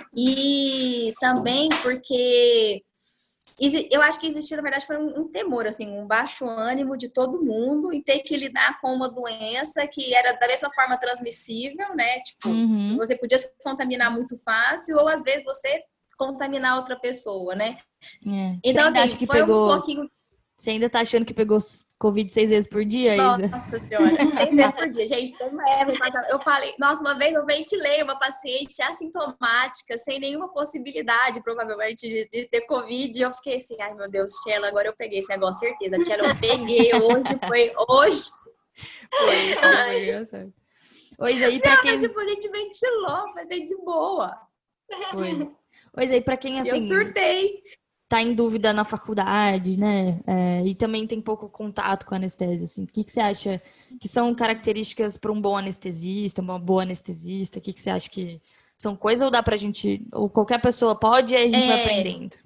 E também porque eu acho que existiu, na verdade, foi um, um temor, assim, um baixo ânimo de todo mundo em ter que lidar com uma doença que era da mesma forma transmissível, né? Tipo, Uhum. você podia se contaminar muito fácil ou, às vezes, você contaminar outra pessoa, né? É. Então, Você ainda assim, acha que foi um pegou... pouquinho... Você ainda tá achando que pegou Covid seis vezes por dia, Isa? Nossa senhora, seis vezes por dia. Gente, tem uma época passada, eu falei, nossa, uma vez eu ventilei uma paciente assintomática, sem nenhuma possibilidade, provavelmente, de, de ter Covid. E eu fiquei assim, ai meu Deus, Tchela, agora eu peguei esse negócio, certeza. Tchela, eu peguei hoje, foi hoje. Foi, foi, foi engraçado. Ô, Isa, aí pra Não, quem... mas tipo, a gente ventilou, mas é de boa. Foi. Ô, Isa, aí pra quem, Eu assim... surtei. Tá em dúvida na faculdade, né? É, e também tem pouco contato com a anestesia, assim. O que, que você acha que são características para um bom anestesista, uma boa anestesista? O que, que você acha que são coisas ou dá pra gente, ou qualquer pessoa pode e aí a gente vai É, aprendendo?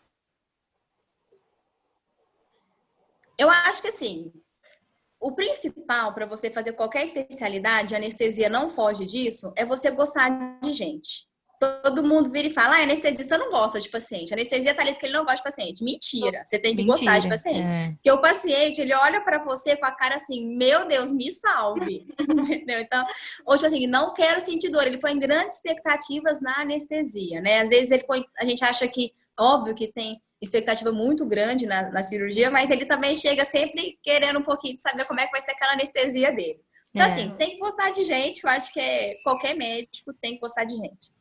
eu acho que assim, o principal para você fazer qualquer especialidade, a anestesia não foge disso, é você gostar de gente. Todo mundo vira e fala, ah, anestesista não gosta de paciente. A anestesia tá ali porque ele não gosta de paciente. Mentira, você tem que Mentira, gostar de paciente. é. Porque o paciente, ele olha para você com a cara assim, meu Deus, me salve. Entendeu? Então, ou tipo assim, não quero sentir dor. Ele põe grandes expectativas na anestesia, né? Às vezes ele põe, a gente acha que, óbvio que tem expectativa muito grande na, na cirurgia, mas ele também chega sempre querendo um pouquinho de saber como é que vai ser aquela anestesia dele. Então, É. assim, tem que gostar de gente, eu acho que é, qualquer médico tem que gostar de gente.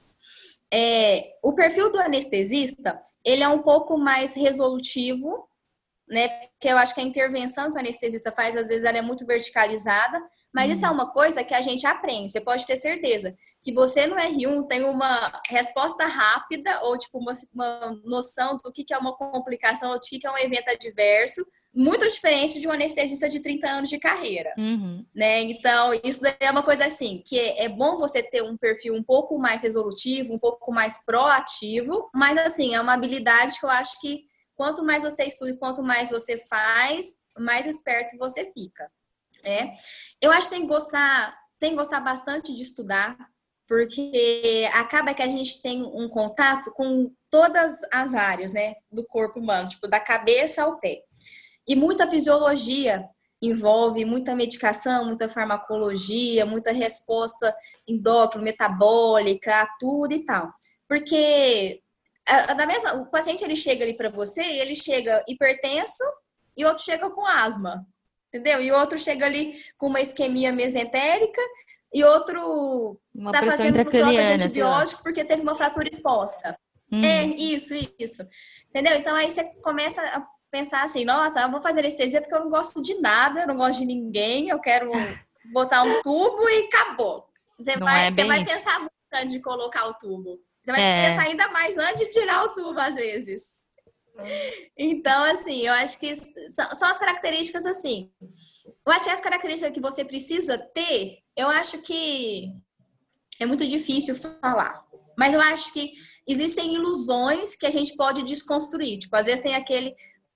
É, o perfil do anestesista, ele é um pouco mais resolutivo, né? Porque eu acho que a intervenção que o anestesista faz, às vezes, ela é muito verticalizada, mas isso é uma coisa que a gente aprende. Você pode ter certeza que você no R um tem uma resposta rápida ou, tipo, uma, uma noção do que é uma complicação ou do que é um evento adverso, muito diferente de um anestesista de trinta anos de carreira. Uhum. Né? Então, isso daí é uma coisa assim, que é bom você ter um perfil um pouco mais resolutivo, um pouco mais proativo, mas assim, é uma habilidade que eu acho que quanto mais você estuda e quanto mais você faz, mais esperto você fica. Né? Eu acho que tem que gostar, tem que gostar bastante de estudar, porque acaba que a gente tem um contato com todas as áreas, né, do corpo humano, tipo, da cabeça ao pé. E muita fisiologia envolve muita medicação, muita farmacologia, muita resposta endócrina, metabólica, a tudo e tal. Porque a, a da mesma, o paciente ele chega ali para você e ele chega hipertenso e outro chega com asma, entendeu? E outro chega ali com uma isquemia mesentérica e outro Uma tá pressão fazendo troca de intracraniana, sei lá. antibiótico porque teve uma fratura exposta. Uhum. É, isso, isso. Entendeu? Então aí você começa a pensar assim, nossa, eu vou fazer anestesia porque eu não gosto de nada, eu não gosto de ninguém, eu quero botar um tubo e acabou. Você Não vai, é você bem vai isso. pensar muito antes de colocar o tubo. Você vai É. pensar ainda mais antes de tirar o tubo, às vezes. Então, assim, eu acho que são, são as características assim. Eu acho que as características que você precisa ter, eu acho que é muito difícil falar. Mas eu acho que existem ilusões que a gente pode desconstruir. Tipo, às vezes tem aquele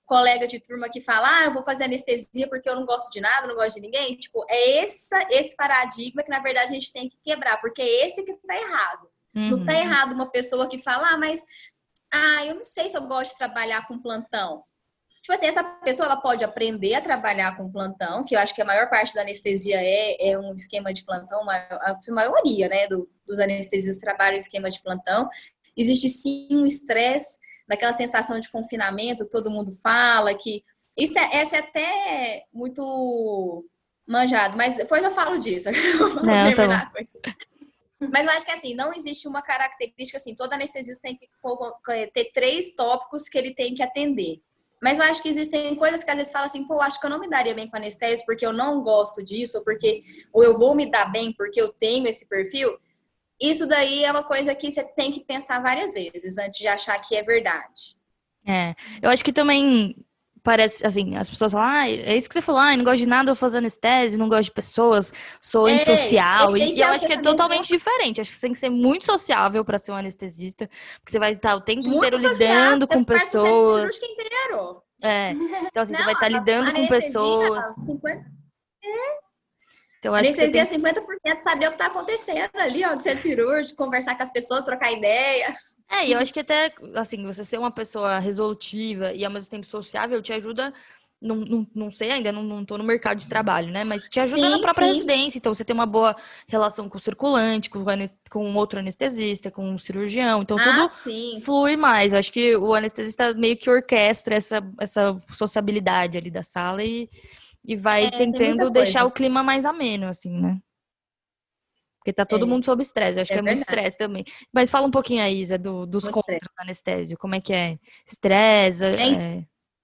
colega de turma que fala, ah, eu vou fazer anestesia porque eu não gosto de nada, não gosto de ninguém. Tipo, é essa, esse paradigma que, na verdade, a gente tem que quebrar, porque é esse que tá errado. Uhum. Não tá errado uma pessoa que fala, ah, mas ah, eu não sei se eu gosto de trabalhar com plantão. Tipo assim, essa pessoa ela pode aprender a trabalhar com plantão, que eu acho que a maior parte da anestesia é, é um esquema de plantão, a maioria, né, do, dos anestesistas trabalham em esquema de plantão. Existe sim um estresse, daquela sensação de confinamento que todo mundo fala, que isso é, essa é até muito manjado, mas depois eu falo disso. Eu vou Não, terminar tá com isso. Mas eu acho que assim, não existe uma característica assim, todo anestesista tem que ter três tópicos que ele tem que atender. Mas eu acho que existem coisas que às vezes fala assim, pô, acho que eu não me daria bem com anestesia porque eu não gosto disso, ou porque ou eu vou me dar bem porque eu tenho esse perfil. Isso daí é uma coisa que você tem que pensar várias vezes antes de achar que é verdade. É, eu acho que também parece, assim, as pessoas falam, ah, é isso que você falou, ah, eu não gosto de nada, eu vou fazer anestesia, não gosto de pessoas, sou É, antissocial, esse e, aí e que eu é o acho que é pensamento totalmente diferente, acho que você tem que ser muito sociável para ser um anestesista, porque você vai estar o tempo inteiro muito social, lidando você com faz o centro pessoas, cirúrgico inteiro. é, então assim, você vai Não, estar a lidando com anestesia, pessoas, cinquenta, então eu acho que você anestesia tem é cinquenta por cento saber o que está acontecendo ali, ó, no centro cirúrgico, conversar com as pessoas, trocar ideia. É, e eu acho que até, assim, você ser uma pessoa resolutiva e ao mesmo tempo sociável te ajuda, não, não, não sei ainda, não, não tô no mercado de trabalho, né? Mas te ajuda na Sim, própria sim. residência. Então, você tem uma boa relação com o circulante, com o anes- com outro anestesista, com o cirurgião. Então, Ah, tudo sim. flui mais. Eu acho que o anestesista meio que orquestra essa, essa sociabilidade ali da sala e, e vai É, tem muita tentando deixar coisa. o clima mais ameno, assim, né? Porque tá todo É, mundo sob estresse. Eu acho é que é muito verdade. estresse também. Mas fala um pouquinho aí, Isa, do, dos Muito contras estresse. do anestésio. Como é que é? Estresse? É, É...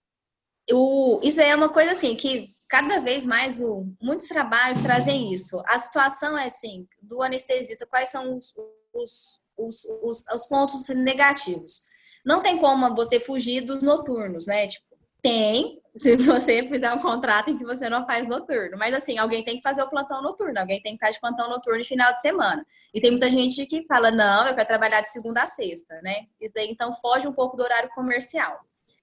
o, isso aí é uma coisa assim que cada vez mais o, muitos trabalhos trazem isso. A situação é assim, do anestesista, quais são os, os, os, os, os pontos negativos? Não tem como você fugir dos noturnos, né? Tipo, tem, se você fizer um contrato em que você não faz noturno. Mas assim, alguém tem que fazer o plantão noturno, alguém tem que estar de plantão noturno no final de semana. E tem muita gente que fala, não, eu quero trabalhar de segunda a sexta, né? Isso daí então foge um pouco do horário comercial.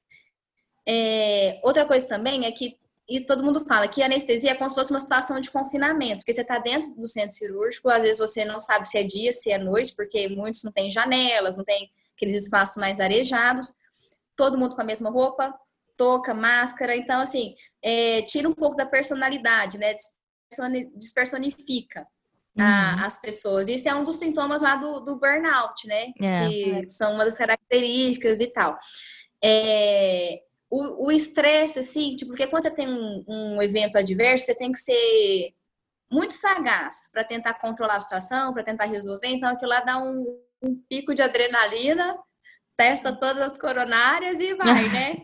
É, outra coisa também é que e todo mundo fala que a anestesia é como se fosse uma situação de confinamento, porque você está dentro do centro cirúrgico, às vezes você não sabe se é dia, se é noite, porque muitos não têm janelas, não tem aqueles espaços mais arejados, todo mundo com a mesma roupa, touca, máscara, então assim, é, tira um pouco da personalidade, né? Despersonifica Uhum. a, as pessoas. Isso é um dos sintomas lá do, do burnout, né? É. Que são uma das características e tal. É, o estresse, assim, tipo, porque quando você tem um, um evento adverso, você tem que ser muito sagaz para tentar controlar a situação, para tentar resolver. Então, aquilo lá dá um, um pico de adrenalina, testa todas as coronárias e vai, né?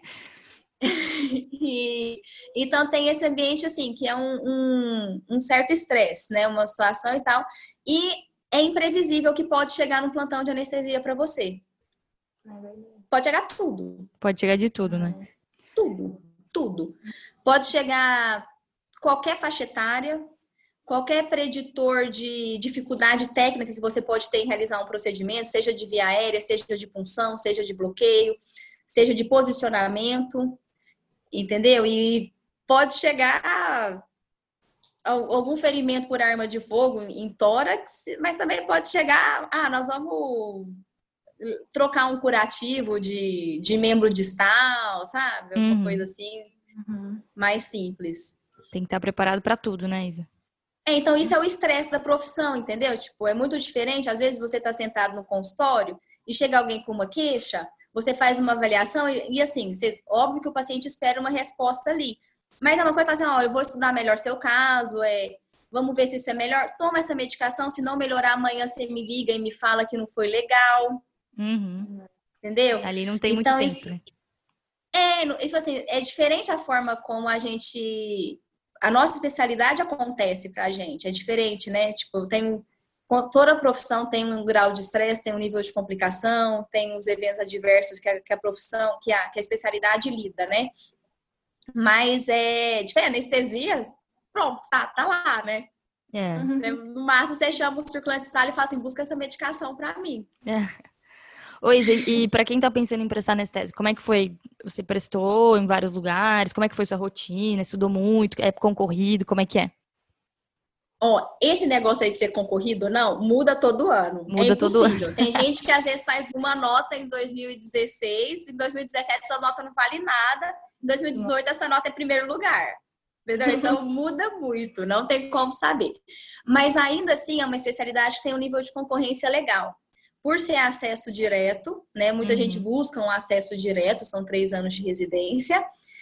e, então, tem esse ambiente, assim, que é um, um, um certo estresse, né? Uma situação e tal. E é imprevisível que pode chegar num plantão de anestesia para você. Pode chegar tudo. Pode chegar de tudo, né? Tudo, tudo. Pode chegar qualquer faixa etária, qualquer preditor de dificuldade técnica que você pode ter em realizar um procedimento, seja de via aérea, seja de punção, seja de bloqueio, seja de posicionamento, entendeu? E pode chegar a algum ferimento por arma de fogo em tórax, mas também pode chegar, ah, nós vamos trocar um curativo de, de membro distal, sabe? Alguma Uhum. coisa assim, uhum. mais simples. Tem que estar preparado para tudo, né, Isa? É, então, isso é o estresse da profissão, entendeu? Tipo, é muito diferente. Às vezes você está sentado no consultório e chega alguém com uma queixa, você faz uma avaliação e, e assim, você, óbvio que o paciente espera uma resposta ali. Mas é uma coisa assim, ó, eu vou estudar melhor seu caso, é, vamos ver se isso é melhor. Toma essa medicação, se não melhorar amanhã você me liga e me fala que não foi legal. Uhum. Entendeu? Ali não tem então, muito tempo, isso, né? É, tipo assim, é diferente a forma como a gente... A nossa especialidade acontece pra gente, é diferente, né? Tipo, tem... Toda a profissão tem um grau de estresse, tem um nível de complicação, tem os eventos adversos que a, que a profissão, que a, que a especialidade lida, né? Mas é diferente, anestesia, pronto, tá, tá lá, né? É. No máximo, você chama o circulante de sala e fala assim, busca essa medicação pra mim. É. Ô, Isa, e pra quem tá pensando em prestar anestésia, como é que foi você prestou em vários lugares? Como é que foi sua rotina? Estudou muito? É concorrido? Como é que é? Ó, esse negócio aí de ser concorrido ou não, muda todo ano. É Muda todo ano. impossível. Tem gente que às vezes faz uma nota em dois mil e dezesseis, em dois mil e dezessete sua nota não vale nada, em dois mil e dezoito essa nota é primeiro lugar. Entendeu? Então muda muito, não tem como saber. Mas ainda assim é uma especialidade que tem um nível de concorrência legal. Por ser acesso direto, né? Muita Uhum. gente busca um acesso direto, são três anos de residência.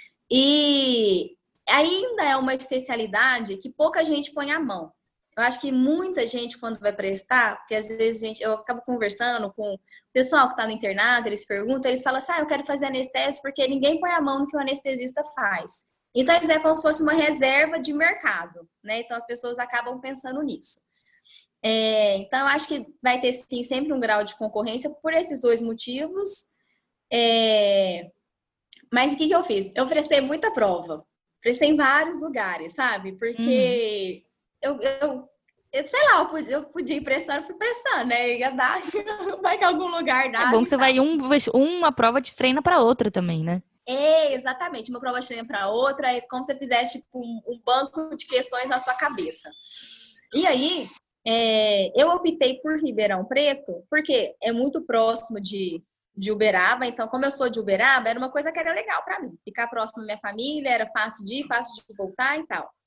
E ainda é uma especialidade que pouca gente põe a mão. Eu acho que muita gente, quando vai prestar, porque às vezes a gente, eu acabo conversando com o pessoal que está no internato, eles perguntam, eles falam assim, ah, eu quero fazer anestésio porque ninguém põe a mão no que o anestesista faz. Então, é como se fosse uma reserva de mercado, né? Então, as pessoas acabam pensando nisso. É, então, eu acho que vai ter, sim, sempre um grau de concorrência por esses dois motivos. É... Mas o que, que eu fiz? Eu prestei muita prova. Prestei em vários lugares, sabe? Porque uhum. eu, eu, eu, sei lá, eu podia, eu podia ir prestando, fui prestando, né? Ia dar, vai que algum lugar dá. É bom que você vai um, uma prova te treina para outra também, né? É, exatamente. Uma prova de treino para outra, é como se você fizesse tipo, um, um banco de questões na sua cabeça. E aí, é, eu optei por Ribeirão Preto, porque é muito próximo de, de Uberaba. Então, como eu sou de Uberaba, era uma coisa que era legal para mim. Ficar próximo da minha família, era fácil de ir, fácil de voltar e tal.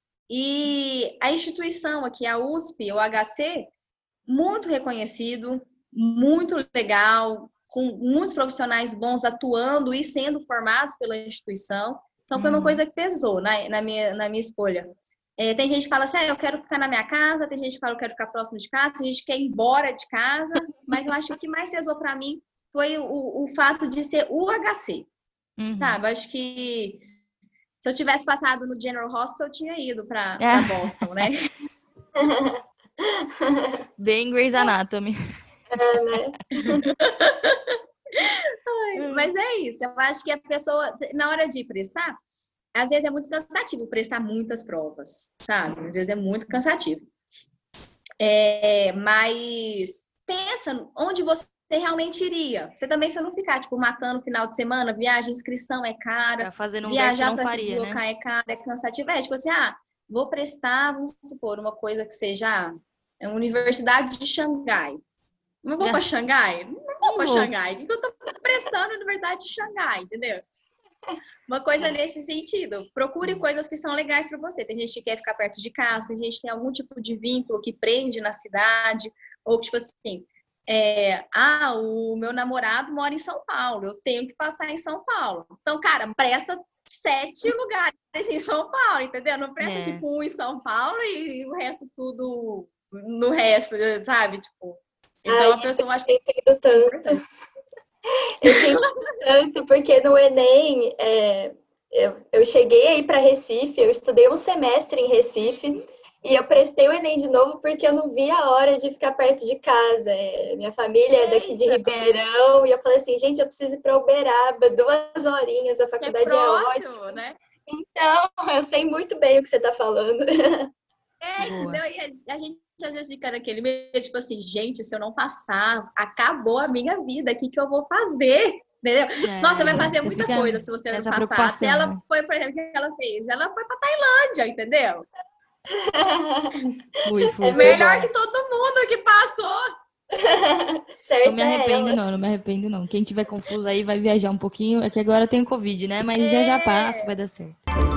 E a instituição aqui, a U S P, o H C, muito reconhecido, muito legal, com muitos profissionais bons atuando e sendo formados pela instituição. Então, foi uma uhum. coisa que pesou na, na, minha, na minha escolha. É, tem gente que fala assim, ah, eu quero ficar na minha casa, tem gente que fala, eu quero ficar próximo de casa, tem gente que quer ir embora de casa, mas eu acho que o que mais pesou para mim foi o, o fato de ser o H C, uhum. sabe? Eu acho que se eu tivesse passado no General Hospital, eu tinha ido para é. Boston, né? Bem Grey's Anatomy. É, né? Ai, mas é isso, eu acho que a pessoa, na hora de prestar, às vezes é muito cansativo prestar muitas provas, sabe? Às vezes é muito cansativo. É, mas pensa onde você realmente iria. Você também, se não ficar, tipo, matando no final de semana, viagem, inscrição é cara, pra fazer um viajar para se faria, deslocar né? é caro, é cansativo. É tipo assim, ah, vou prestar, vamos supor, uma coisa que seja a Universidade de Xangai. Não vou para Xangai? Não vou para Xangai. O que eu estou prestando na Universidade de Xangai, entendeu? Uma coisa nesse sentido. Procure coisas que são legais para você. Tem gente que quer ficar perto de casa, tem gente que tem algum tipo de vínculo que prende na cidade, ou tipo assim, é, ah, o meu namorado mora em São Paulo, eu tenho que passar em São Paulo. Então, cara, presta sete lugares em São Paulo, entendeu? Não presta, é. tipo, um em São Paulo e o resto tudo no resto, sabe? Tipo, então Ai, a pessoa acha que... Eu entendo tanto. Eu entendo tanto, porque no Enem, é, eu, eu cheguei aí para Recife, eu estudei um semestre em Recife, e eu prestei o Enem de novo porque eu não vi a hora de ficar perto de casa. É, minha família é daqui de Ribeirão, e eu falei assim, gente, eu preciso ir para Uberaba, duas horinhas, a faculdade é, próximo, é ótima. Né? Então, eu sei muito bem o que você está falando. É, entendeu? E a gente às vezes fica naquele meio, tipo assim, gente, se eu não passar, acabou a minha vida, o que, que eu vou fazer? Entendeu? É, Nossa, vai fazer muita coisa se você não passar. Se ela foi, por exemplo, o que ela fez? Ela foi pra Tailândia, entendeu? Fui, fui, é melhor que todo mundo que passou. Certo, não me arrependo é não, não me arrependo não. Quem tiver confuso aí vai viajar um pouquinho, é que agora tem o Covid, né? Mas é. já já passa, vai dar certo.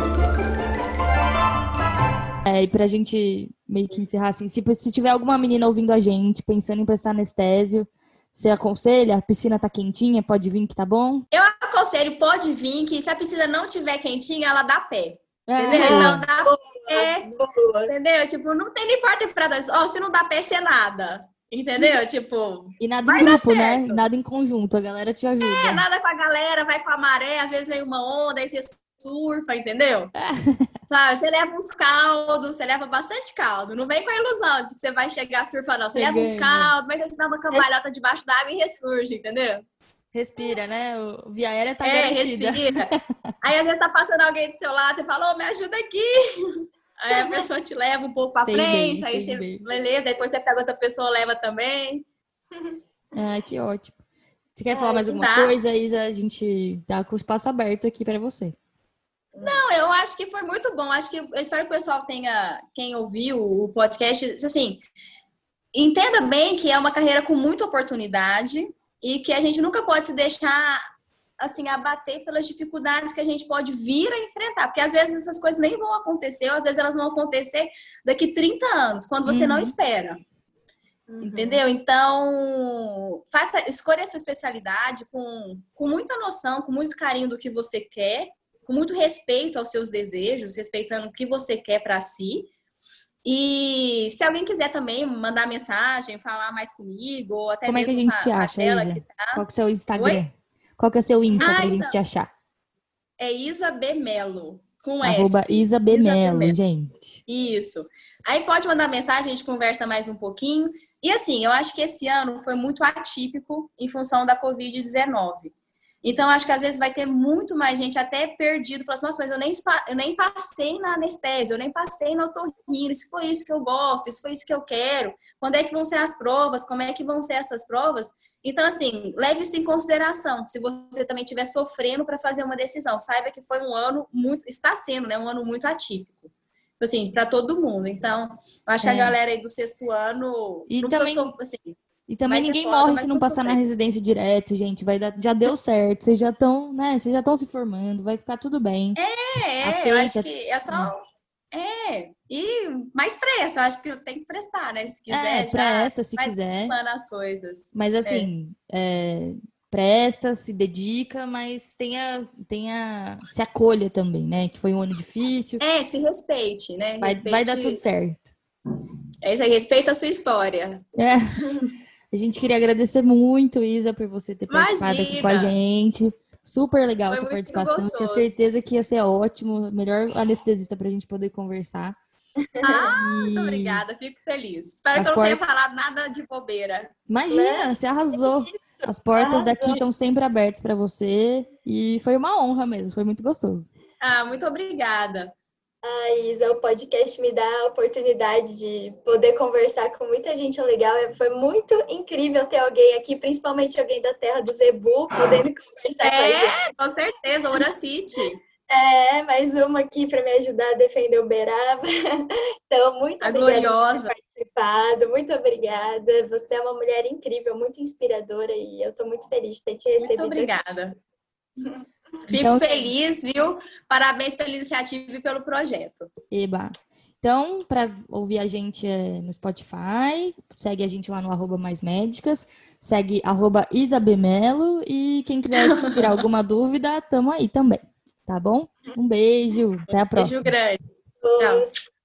É, e pra gente meio que encerrar assim, se, se tiver alguma menina ouvindo a gente, pensando em prestar anestésio, você aconselha? A piscina tá quentinha, pode vir que tá bom? Eu aconselho, pode vir, que se a piscina não tiver quentinha, ela dá pé. Entendeu? É. Então dá pé, entendeu? Tipo, não tem nem porta pra dar. Ó, se não dá pé, você nada. Entendeu? Tipo. E nada em grupo, né? Nada em conjunto, a galera te ajuda. É, nada com a galera, vai com a maré, às vezes vem uma onda, aí você surfa, entendeu? Sabe, você leva uns caldos, você leva bastante caldo. Não vem com a ilusão de que você vai chegar surfando, não. Você Cheguei, leva uns caldos, mas você dá uma cambalhota debaixo d'água e ressurge, entendeu? Respira, né? O via aérea tá é, garantida. Respira. Aí, às vezes, tá passando alguém do seu lado e fala, ô, me ajuda aqui. Aí a pessoa te leva um pouco pra sei frente, bem, aí você bem. Beleza, depois você pega outra pessoa, leva também. Ah, que ótimo. Você quer falar Ai, mais que alguma dá. coisa, Isa? A gente tá com o espaço aberto aqui para você. Não, eu acho que foi muito bom. Acho que eu espero que o pessoal tenha, quem ouviu o podcast, assim, entenda bem que é uma carreira com muita oportunidade e que a gente nunca pode se deixar assim abater pelas dificuldades que a gente pode vir a enfrentar, porque às vezes essas coisas nem vão acontecer, ou às vezes elas vão acontecer daqui trinta anos, quando você não Uhum. espera. Uhum. Entendeu? Então, faça, escolha a sua especialidade com, com muita noção, com muito carinho do que você quer, com muito respeito aos seus desejos, respeitando o que você quer para si. E se alguém quiser também mandar mensagem, falar mais comigo, ou até Como é que a mesmo gente com te a, a acha, Tela Isa? que tá. Qual que é o seu Instagram? Oi? Qual que é o seu Insta Ah, pra gente então, te achar? é Isa B. Melo, com Arroba S. Isa B. Isa B. Melo, Melo. gente. Isso. Aí pode mandar mensagem, a gente conversa mais um pouquinho. E assim, eu acho que esse ano foi muito atípico em função da covid dezenove. Então, acho que às vezes vai ter muito mais gente até perdido. Fala assim, nossa, mas eu nem, eu nem passei na anestesia, eu nem passei na otorrino. Se foi isso que eu gosto, se foi isso que eu quero. Quando é que vão ser as provas? Como é que vão ser essas provas? Então, assim, leve isso em consideração. Se você também estiver sofrendo para fazer uma decisão, saiba que foi um ano muito, está sendo, né, um ano muito atípico. Assim, para todo mundo. Então, eu acho que É. a galera aí do sexto ano E não também, precisa, assim, e também vai ser ninguém foda, morre mas se não não precisa passar na sofrer. residência direto, gente. Vai dar, já deu certo. Vocês já estão, né? Vocês já estão se formando, vai ficar tudo bem. É, eu acho Aceita. que é só. É, e mais presta, acho que tem que prestar, né? Se É, quiser, já presta se vai quiser. desenrolando as coisas. Mas É. assim, é, presta, se dedica, mas tenha, tenha, se acolha também, né? Que foi um ano difícil. É, se respeite, né? Vai, vai dar tudo Respeite. certo. É isso aí, respeita a sua história. É. A gente queria agradecer muito, Isa, por você ter participado aqui com a Imagina! gente. Super legal Foi sua muito participação. Tinha gostoso. certeza que ia ser ótimo. Melhor anestesista pra gente poder conversar. Ah, muito E obrigada, fico feliz. Espero as que eu não tenha portas. falado nada de bobeira. Imagina, Né? você arrasou. Isso, As portas daqui arrasou. estão sempre abertas para você. E foi uma honra mesmo, foi muito gostoso. Ah, muito obrigada. A Isa, o podcast me dá a oportunidade de poder conversar com muita gente legal. Foi muito incrível ter alguém aqui, principalmente alguém da terra do Zebu, podendo conversar com a gente. É, com certeza, Horacite. É, mais uma aqui para me ajudar a defender o Uberaba. Então, muito A obrigada gloriosa. por ter participado, muito obrigada. Você é uma mulher incrível, muito inspiradora e eu estou muito feliz de ter te recebido. Muito obrigada. Fico Então, feliz, viu? Parabéns pela iniciativa e pelo projeto. Eba. Então, para ouvir a gente é no Spotify, segue a gente lá no arroba mais médicas, segue arroba Isabemelo e quem quiser tirar alguma dúvida, tamo aí também, tá bom? Um beijo, até a próxima. Beijo grande. Tchau.